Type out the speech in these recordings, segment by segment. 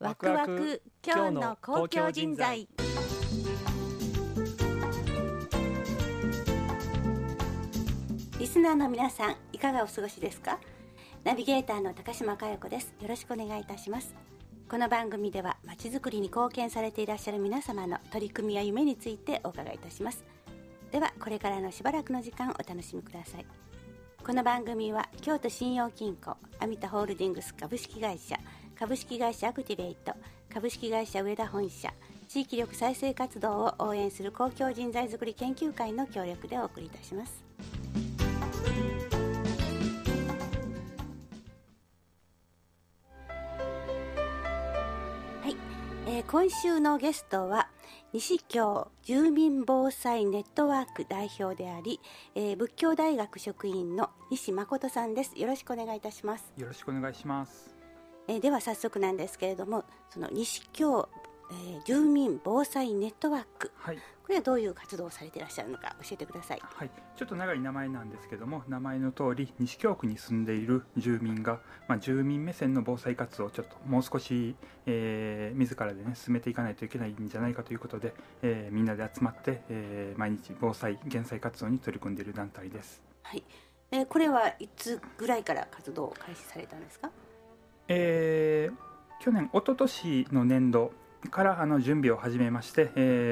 ワクワク今日の公共人材。リスナーの皆さん、いかがお過ごしですか？ナビゲーターの高島佳代子です。よろしくお願いいたします。この番組ではまちづくりに貢献されていらっしゃる皆様の取り組みや夢についてお伺いいたします。ではこれからのしばらくの時間お楽しみください。この番組は京都信用金庫、アミタホールディングス株式会社、株式会社アクティベイト、株式会社上田本社、地域力再生活動を応援する公共人材づくり研究会の協力でお送りいたします。はい、今週のゲストは西京住民防災ネットワーク代表であり、仏教大学職員の西誠さんです。よろしくお願いいたします。 よろしくお願いします。 では早速なんですけれども、その西京、住民防災ネットワーク、 はい、 これはどういう活動をされていらっしゃるのか教えてください。 はい、ちょっと長い名前なんですけども、名前の通り西京区に住んでいる住民が、住民目線の防災活動をちょっともう少し、自らでね進めていかないといけないんじゃないかということで、みんなで集まって、毎日防災減災活動に取り組んでいる団体です。 はい、これはいつぐらいから活動を開始されたんですか？ 去年一昨年の年度から準備を始めまして、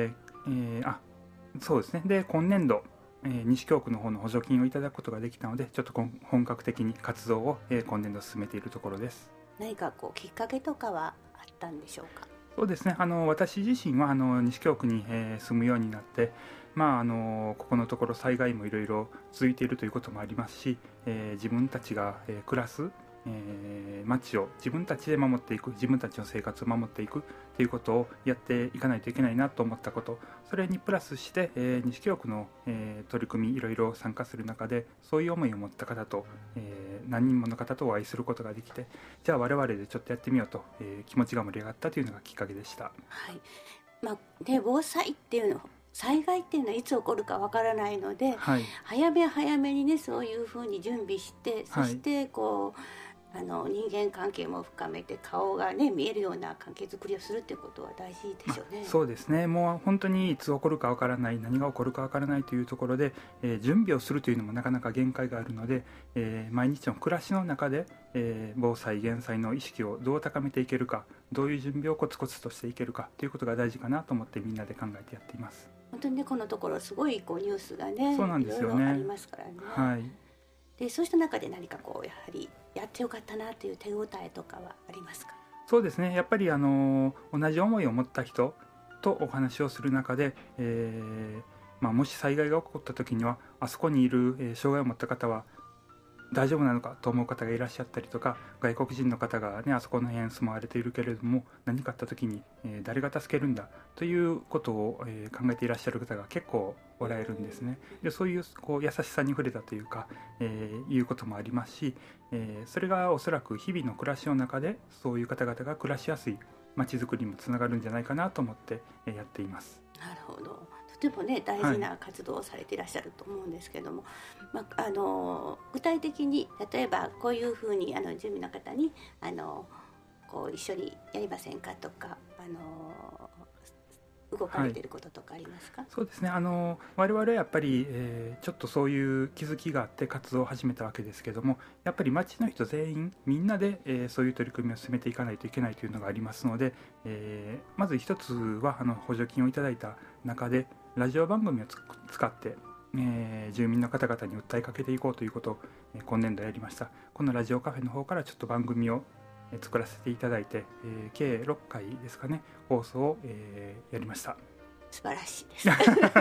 そうですね。で今年度、西京区の方の補助金をいただくことができたので、ちょっと本格的に活動を、今年度進めているところです。 何かきっかけとかはあったんでしょうか？ そうですね。私自身は西京区に、住むようになって、ここのところ災害もいろいろ続いているということもありますし、自分たちが、暮らす町を自分たちで守っていく、自分たちの生活を守っていくということをやっていかないといけないなと思ったこと、それにプラスして、西京区の、取り組みいろいろ参加する中で、そういう思いを持った方と、何人もの方とお会いすることができて、じゃあ我々でちょっとやってみようと、気持ちが盛り上がったというのがきっかけでした。 はい、防災っていうの災害っていうのはいつ起こるかわからないので、 はい、 早めにねそういうふうに準備して、そして人間関係も深めて顔がね見えるような関係づくりをするっていうことは大事でしょうね。 そうですね。もう本当にいつ起こるかわからない、何が起こるかわからないというところで、準備をするというのもなかなか限界があるので、毎日の暮らしの中で、防災減災の意識をどう高めていけるか、どういう準備をコツコツとしていけるかということが大事かなと思ってみんなで考えてやっています。 本当にねこのところすごいニュースがね、 そうなんですよね、 いろいろありますからね。 はい、 でそうした中で何かやはりやってよかったなという手応えとかはありますか？ そうですね。やっぱり同じ思いを持った人とお話をする中で、もし災害が起こった時にはあそこにいる、障害を持った方は大丈夫なのかと思う方がいらっしゃったりとか、外国人の方が、ね、あそこの辺住まわれているけれども何かあった時に、誰が助けるんだということを、考えていらっしゃる方が結構おられるんですね。でそういう、優しさに触れたというか、いうこともありますし、それがおそらく日々の暮らしの中でそういう方々が暮らしやすい街づくりにもつながるんじゃないかなと思って、やっています。 なるほど。とてもね大事な活動をされていらっしゃると思うんですけども、具体的に例えばこういうふうに住民の方に一緒にやりませんかとか動かれていることとかありますか？ そうですね。我々はやっぱり、ちょっとそういう気づきがあって活動を始めたわけですけども、やっぱり町の人全員みんなで、そういう取り組みを進めていかないといけないというのがありますので、まず一つは補助金をいただいた中でラジオ番組を使って、住民の方々に訴えかけていこうということを、今年度やりました。このラジオカフェの方からちょっと番組を作らせていただいて、計6回ですかね、放送を、やりました。 素晴らしいです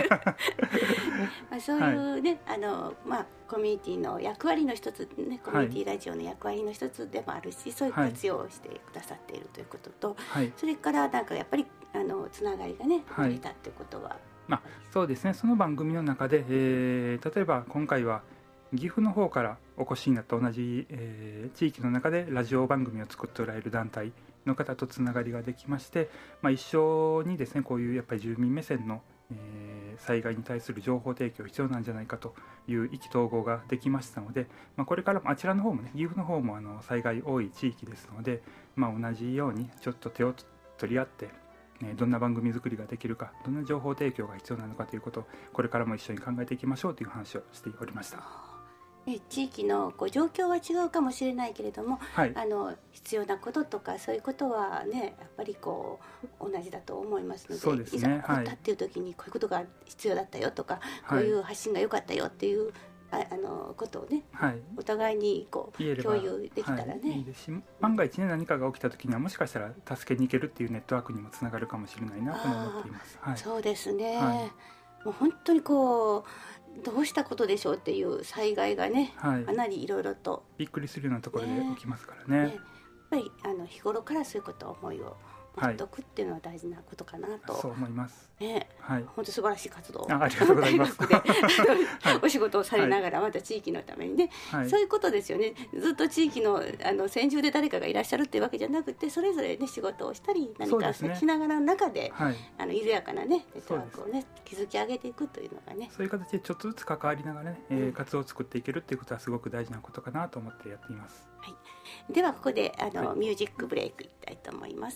そういうね、コミュニティの役割の一つ、ね、コミュニティラジオの役割の一つでもあるし、そういう活用をしてくださっているということと、それからやっぱりつながりがね生まれたということは、 そうですね。その番組の中で、例えば今回は岐阜の方からお越しになった同じ、地域の中でラジオ番組を作っておられる団体の方とつながりができまして、一緒にですねこういうやっぱり住民目線の、 災害に対する情報提供必要なんじゃないかという意気投合ができましたので、これからもあちらの方もね、岐阜の方も災害多い地域ですので、同じようにちょっと手を取り合ってどんな番組作りができるか、どんな情報提供が必要なのかということをこれからも一緒に考えていきましょうという話をしておりました。 地域の状況は違うかもしれないけれども、 はい、 必要なこととかそういうことはね、やっぱり同じだと思いますので、 そうですね、 いざ起こったっていう時にこういうことが必要だったよとか、こういう発信が良かったよっていうことをね、お互いに共有できたらね、 いいですし、万が一ね、何かが起きた時にはもしかしたら助けに行けるっていうネットワークにもつながるかもしれないなと思っています。 そうですね、もう本当にどうしたことでしょうっていう災害がね、かなりいろいろとびっくりするようなところで起きますからね。 やっぱり日頃からそういうことを思いを持っておくっていうのは大事なことかなと、 そう思います。 本当素晴らしい活動をありがとうございますお仕事をされながらまた地域のためにね、そういうことですよね。ずっと地域の先住で誰かがいらっしゃるっていうわけじゃなくて、それぞれね仕事をしたり何かしながらの中で、緩やかなねネットワークをね築き上げていくというのがね、 そういう形でちょっとずつ関わりながらね、活動を作っていけるっていうことはすごく大事なことかなと思ってやっています。 ではここでミュージックブレイクいきたいと思います。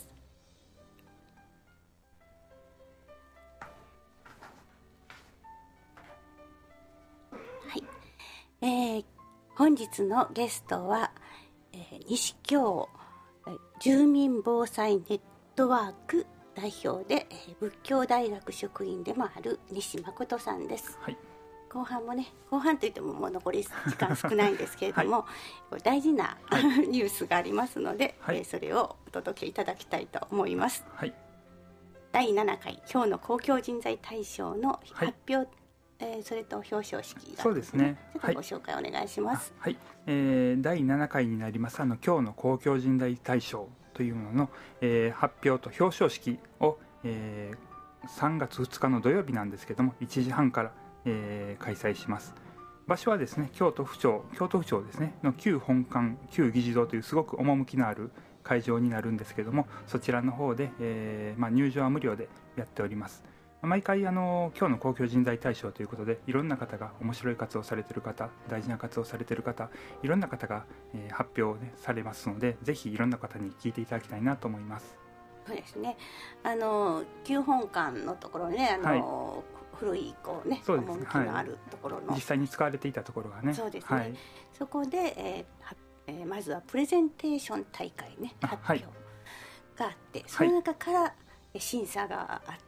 本日のゲストは、西京住民防災ネットワーク代表で、仏教大学職員でもある西誠さんです。後半もね、後半といってももう残り時間少ないんですけれども、大事な、ニュースがありますので、それをお届けいただきたいと思います。第7回今日の公共人材大賞の発表、それと表彰式が、 そうですね、 ちょっとご紹介お願いします。 第7回になります今日の公共人材大賞というものの、発表と表彰式を、3月2日の土曜日なんですけども1時半から、開催します。場所はですね、京都府庁ですねの旧本館旧議事堂というすごく趣のある会場になるんですけども、そちらの方で、入場は無料でやっております。毎回今日の公共人材大賞ということで、いろんな方が面白い活動をされている方、大事な活動をされている方、いろんな方が、発表を、されますので、ぜひいろんな方に聞いていただきたいなと思います。 そうですね、旧本館のところね、古い趣のあるところの、 実際に使われていたところがね、 そうですね、そこで、まずはプレゼンテーション大会ね、発表があって、その中から審査があって、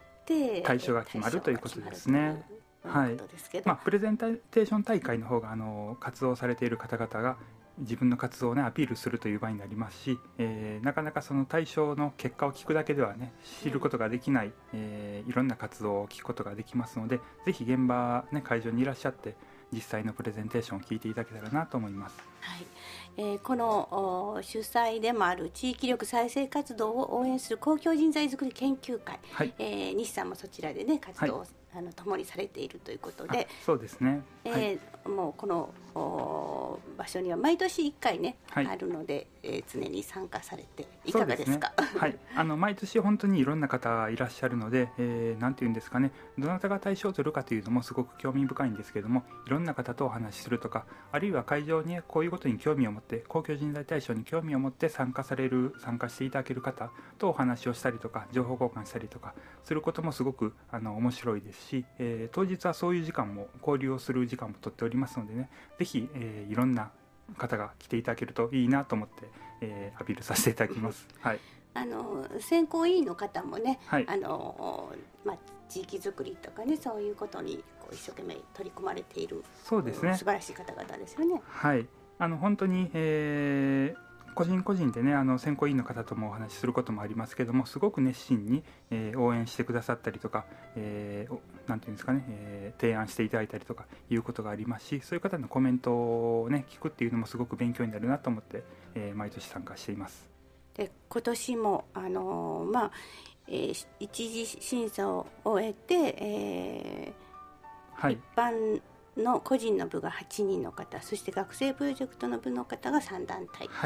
対象が決まるということですね。プレゼンテーション大会の方が活動されている方々が自分の活動を、アピールするという場になりますし、なかなかその対象の結果を聞くだけではね知ることができない、いろんな活動を聞くことができますので、ぜひ現場、会場にいらっしゃって実際のプレゼンテーションを聞いていただけたらなと思います。 この主催でもある地域力再生活動を応援する公共人材づくり研究会、西さんもそちらでね活動を、共にされているということで、 そうですね、 もうこの場所には毎年1回ね、あるので、常に参加されていかがですか？ 毎年本当にいろんな方いらっしゃるので、なんていうんですかね、どなたが対象を取るかというのもすごく興味深いんですけれども、いろんな方とお話しするとか、あるいは会場にこういうことに興味を持って、公共人材大賞に興味を持って参加していただける方とお話をしたりとか、情報交換したりとかすることもすごく面白いですし、当日はそういう時間も交流をする時間もとっておりますのでね、ぜひ、いろんな方が来ていただけるといいなと思って、アピールさせていただきます。 選考委員の方もね、地域づくりとかね、そういうことに一生懸命取り組まれている、そうですね、素晴らしい方々ですよね。 本当に、個人個人でね選考委員の方ともお話しすることもありますけども、すごく熱心に、応援してくださったりとか、なんていうんですかね、提案していただいたりとかいうことがありますし、そういう方のコメントをね聞くっていうのもすごく勉強になるなと思って、毎年参加しています。 で今年も一次審査を終えて、一般の個人の部が8人の方、そして学生プロジェクトの部の方が3団体、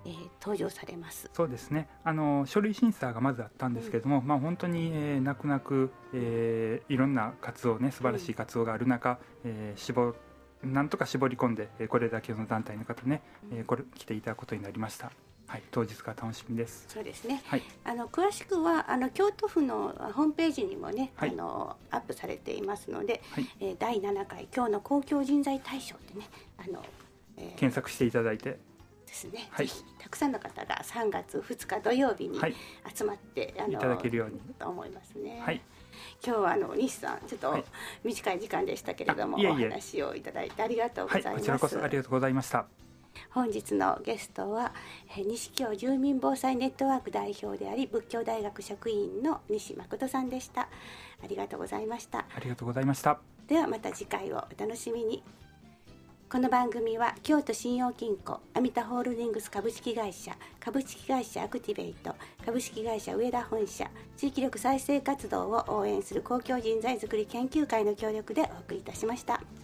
登場されます。 そうですね、書類審査がまずあったんですけども、本当に、泣く泣く、いろんな活動ね、素晴らしい活動がある中、なんとか絞り込んで、これだけの団体の方ね、来ていただくことになりました。はい、当日が楽しみです。 そうですね、 はい、 詳しくは京都府のホームページにもね、 はい、 アップされていますので、 はい、 第7回今日の公共人材大賞ってね検索していただいてですね、 はい、 ぜひたくさんの方が3月2日土曜日に集まって、 いただけるようにと思いますね。 はい、 今日は西さんちょっと短い時間でしたけれども、お話をいただいてありがとうございます。 こちらこそありがとうございました。 本日のゲストは西京住民防災ネットワーク代表であり仏教大学職員の西誠さんでした。ありがとうございました。 ありがとうございました。 ではまた次回をお楽しみに。この番組は京都信用金庫、アミタホールディングス株式会社、株式会社アクティベイト、株式会社上田本社、地域力再生活動を応援する公共人材づくり研究会の協力でお送りいたしました。